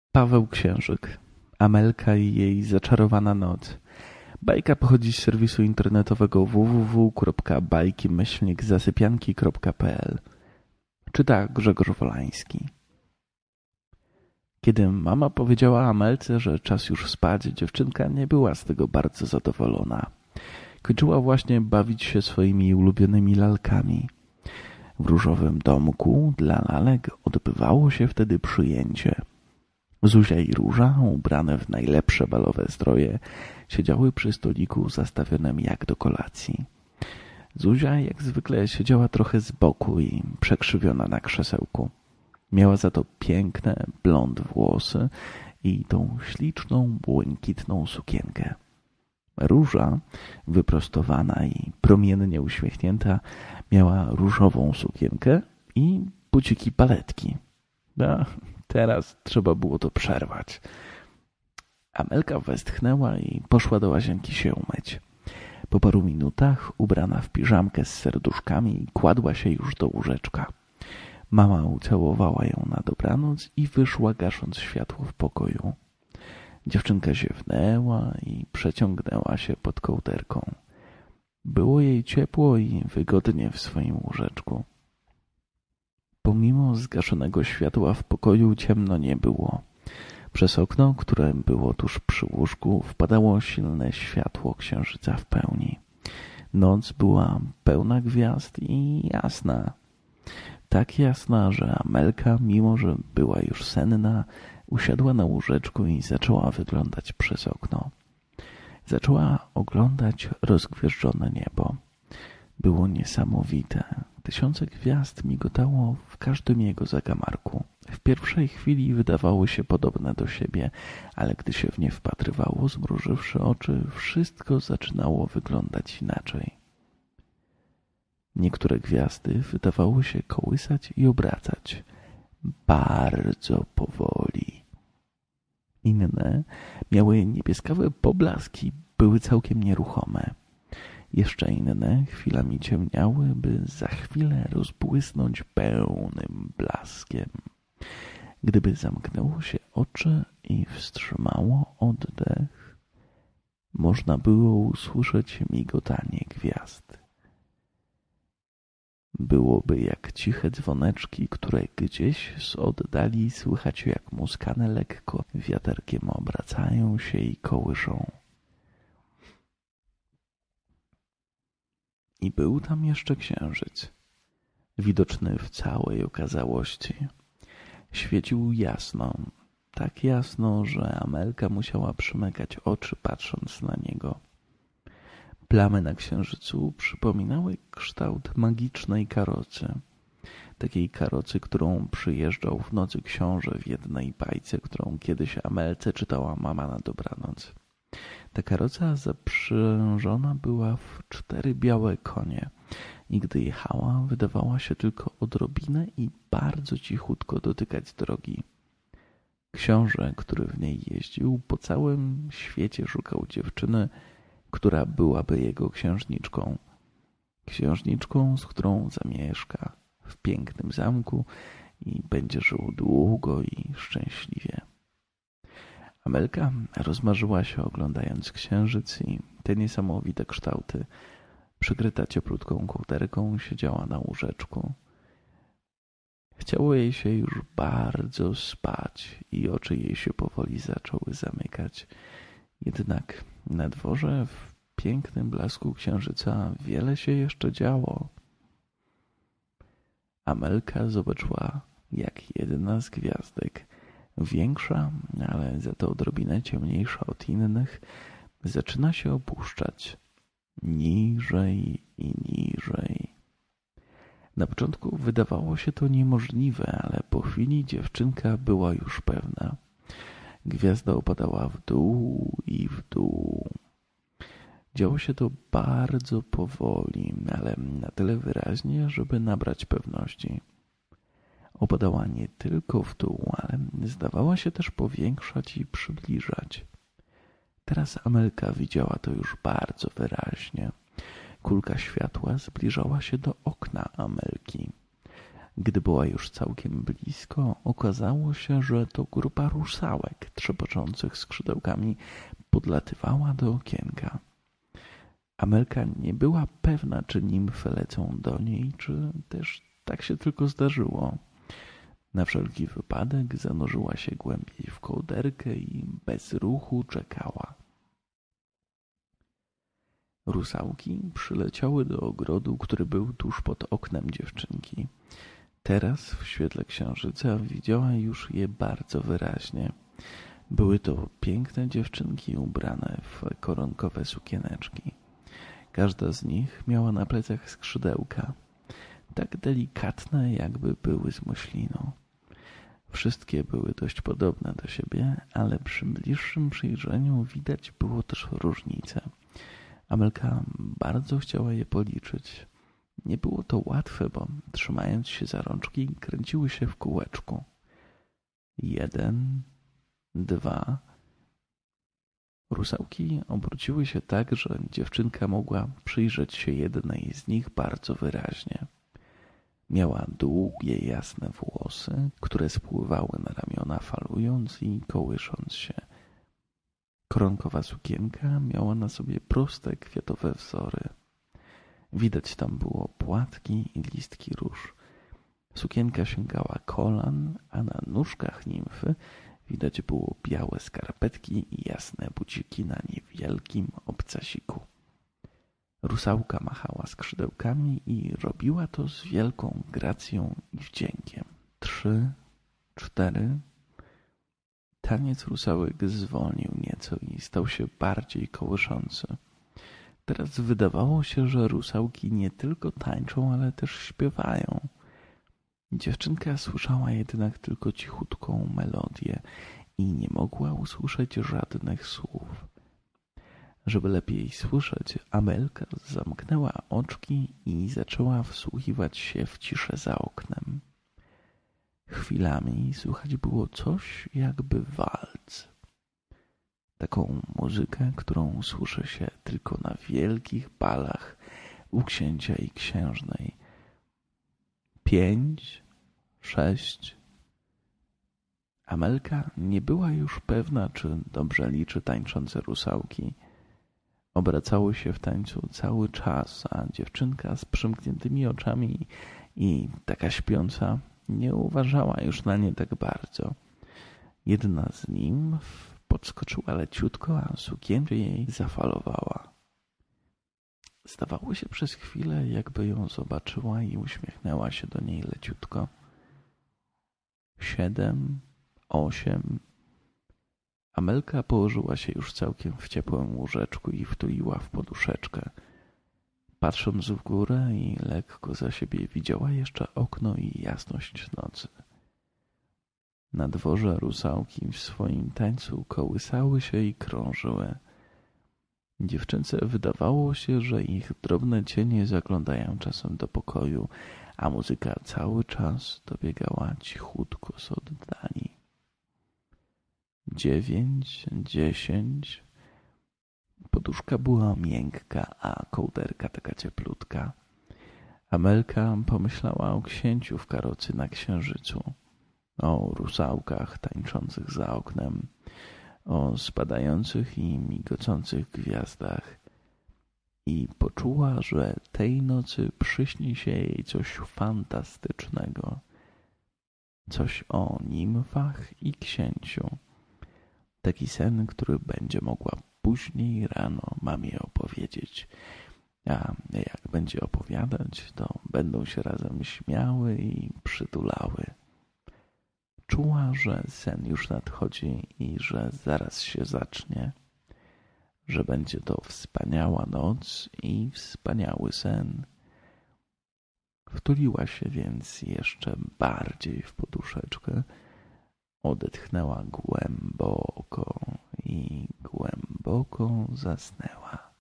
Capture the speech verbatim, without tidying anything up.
Paweł Księżyk, Amelka i jej zaczarowana noc. Bajka pochodzi z serwisu internetowego w w w kropka bajki zasypianki kropka p l. Czyta Grzegorz Wolański. Kiedy mama powiedziała Amelce, że czas już spać, dziewczynka nie była z tego bardzo zadowolona. Kończyła właśnie bawić się swoimi ulubionymi lalkami. W różowym domku dla lalek odbywało się wtedy przyjęcie. Zuzia i Róża, ubrane w najlepsze balowe stroje, siedziały przy stoliku zastawionym jak do kolacji. Zuzia jak zwykle siedziała trochę z boku i przekrzywiona na krzesełku. Miała za to piękne, blond włosy i tą śliczną, błękitną sukienkę. Róża, wyprostowana i promiennie uśmiechnięta, miała różową sukienkę i buciki paletki. No, teraz trzeba było to przerwać. Amelka westchnęła i poszła do łazienki się umyć. Po paru minutach, ubrana w piżamkę z serduszkami, kładła się już do łóżeczka. Mama ucałowała ją na dobranoc i wyszła, gasząc światło w pokoju. Dziewczynka ziewnęła i przeciągnęła się pod kołderką. Było jej ciepło i wygodnie w swoim łóżeczku. Pomimo zgaszonego światła w pokoju ciemno nie było. Przez okno, które było tuż przy łóżku, wpadało silne światło księżyca w pełni. Noc była pełna gwiazd i jasna. Tak jasna, że Amelka, mimo że była już senna, usiadła na łóżeczku i zaczęła wyglądać przez okno. Zaczęła oglądać rozgwieżdżone niebo. Było niesamowite. Tysiące gwiazd migotało w każdym jego zakamarku. W pierwszej chwili wydawały się podobne do siebie, ale gdy się w nie wpatrywało, zmrużywszy oczy, wszystko zaczynało wyglądać inaczej. Niektóre gwiazdy wydawały się kołysać i obracać bardzo powoli. Inne miały niebieskawe poblaski, były całkiem nieruchome. Jeszcze inne chwilami ciemniały, by za chwilę rozbłysnąć pełnym blaskiem. Gdyby zamknęło się oczy i wstrzymało oddech, można było usłyszeć migotanie gwiazd. Byłoby jak ciche dzwoneczki, które gdzieś z oddali słychać, jak muskane lekko wiaterkiem obracają się i kołyszą. I był tam jeszcze księżyc, widoczny w całej okazałości. Świecił jasno, tak jasno, że Amelka musiała przymykać oczy, patrząc na niego. Plamy na księżycu przypominały kształt magicznej karocy. Takiej karocy, którą przyjeżdżał w nocy książę w jednej bajce, którą kiedyś Amelce czytała mama na dobranoc. Ta karoca zaprzężona była w cztery białe konie i gdy jechała, wydawała się tylko odrobinę i bardzo cichutko dotykać drogi. Książę, który w niej jeździł, po całym świecie szukał dziewczyny, która byłaby jego księżniczką. Księżniczką, z którą zamieszka w pięknym zamku i będzie żył długo i szczęśliwie. Amelka rozmarzyła się, oglądając księżyc i te niesamowite kształty. Przykryta cieplutką kołderką siedziała na łóżeczku. Chciało jej się już bardzo spać i oczy jej się powoli zaczęły zamykać. Jednak na dworze w pięknym blasku księżyca wiele się jeszcze działo. Amelka zobaczyła, jak jedna z gwiazdek, większa, ale za to odrobinę ciemniejsza od innych, zaczyna się opuszczać. Niżej i niżej. Na początku wydawało się to niemożliwe, ale po chwili dziewczynka była już pewna. Gwiazda opadała w dół i w dół. Działo się to bardzo powoli, ale na tyle wyraźnie, żeby nabrać pewności. Opadała nie tylko w dół, ale zdawała się też powiększać i przybliżać. Teraz Amelka widziała to już bardzo wyraźnie. Kulka światła zbliżała się do okna Amelki. Gdy była już całkiem blisko, okazało się, że to grupa rusałek trzepoczących skrzydełkami podlatywała do okienka. Amelka nie była pewna, czy nimfy lecą do niej, czy też tak się tylko zdarzyło. Na wszelki wypadek zanurzyła się głębiej w kołderkę i bez ruchu czekała. Rusałki przyleciały do ogrodu, który był tuż pod oknem dziewczynki. Teraz w świetle księżyca widziała już je bardzo wyraźnie. Były to piękne dziewczynki ubrane w koronkowe sukieneczki. Każda z nich miała na plecach skrzydełka, tak delikatne, jakby były z muślinu. Wszystkie były dość podobne do siebie, ale przy bliższym przyjrzeniu widać było też różnice. Amelka bardzo chciała je policzyć. Nie było to łatwe, bo trzymając się za rączki, kręciły się w kółeczku. Jeden, dwa. Rusałki obróciły się tak, że dziewczynka mogła przyjrzeć się jednej z nich bardzo wyraźnie. Miała długie, jasne włosy, które spływały na ramiona, falując i kołysząc się. Koronkowa sukienka miała na sobie proste, kwiatowe wzory. Widać tam było płatki i listki róż. Sukienka sięgała kolan, a na nóżkach nimfy widać było białe skarpetki i jasne buciki na niewielkim obcasiku. Rusałka machała skrzydełkami i robiła to z wielką gracją i wdziękiem. Trzy, cztery. Taniec rusałek zwolnił nieco i stał się bardziej kołyszący. Teraz wydawało się, że rusałki nie tylko tańczą, ale też śpiewają. Dziewczynka słyszała jednak tylko cichutką melodię i nie mogła usłyszeć żadnych słów. Żeby lepiej słyszeć, Amelka zamknęła oczki i zaczęła wsłuchiwać się w ciszę za oknem. Chwilami słychać było coś jakby walc. Taką muzykę, którą słyszy się tylko na wielkich balach u księcia i księżnej. Pięć, sześć. Amelka nie była już pewna, czy dobrze liczy tańczące rusałki. Obracały się w tańcu cały czas, a dziewczynka z przymkniętymi oczami i taka śpiąca nie uważała już na nie tak bardzo. Jedna z nimf podskoczyła leciutko, a sukienka jej zafalowała. Zdawało się przez chwilę, jakby ją zobaczyła i uśmiechnęła się do niej leciutko. Siedem, osiem. Amelka położyła się już całkiem w ciepłym łóżeczku i wtuliła w poduszeczkę. Patrząc w górę i lekko za siebie widziała jeszcze okno i jasność nocy. Na dworze rusałki w swoim tańcu kołysały się i krążyły. Dziewczynce wydawało się, że ich drobne cienie zaglądają czasem do pokoju, a muzyka cały czas dobiegała cichutko z oddali. Dziewięć, dziesięć. Poduszka była miękka, a kołderka taka cieplutka. Amelka pomyślała o księciu w karocy na księżycu, o rusałkach tańczących za oknem, o spadających i migocących gwiazdach i poczuła, że tej nocy przyśni się jej coś fantastycznego, coś o nimfach i księciu. Taki sen, który będzie mogła później rano mamie opowiedzieć. A jak będzie opowiadać, to będą się razem śmiały i przytulały. Czuła, że sen już nadchodzi i że zaraz się zacznie, że będzie to wspaniała noc i wspaniały sen. Wtuliła się więc jeszcze bardziej w poduszeczkę, odetchnęła głęboko i głęboko zasnęła.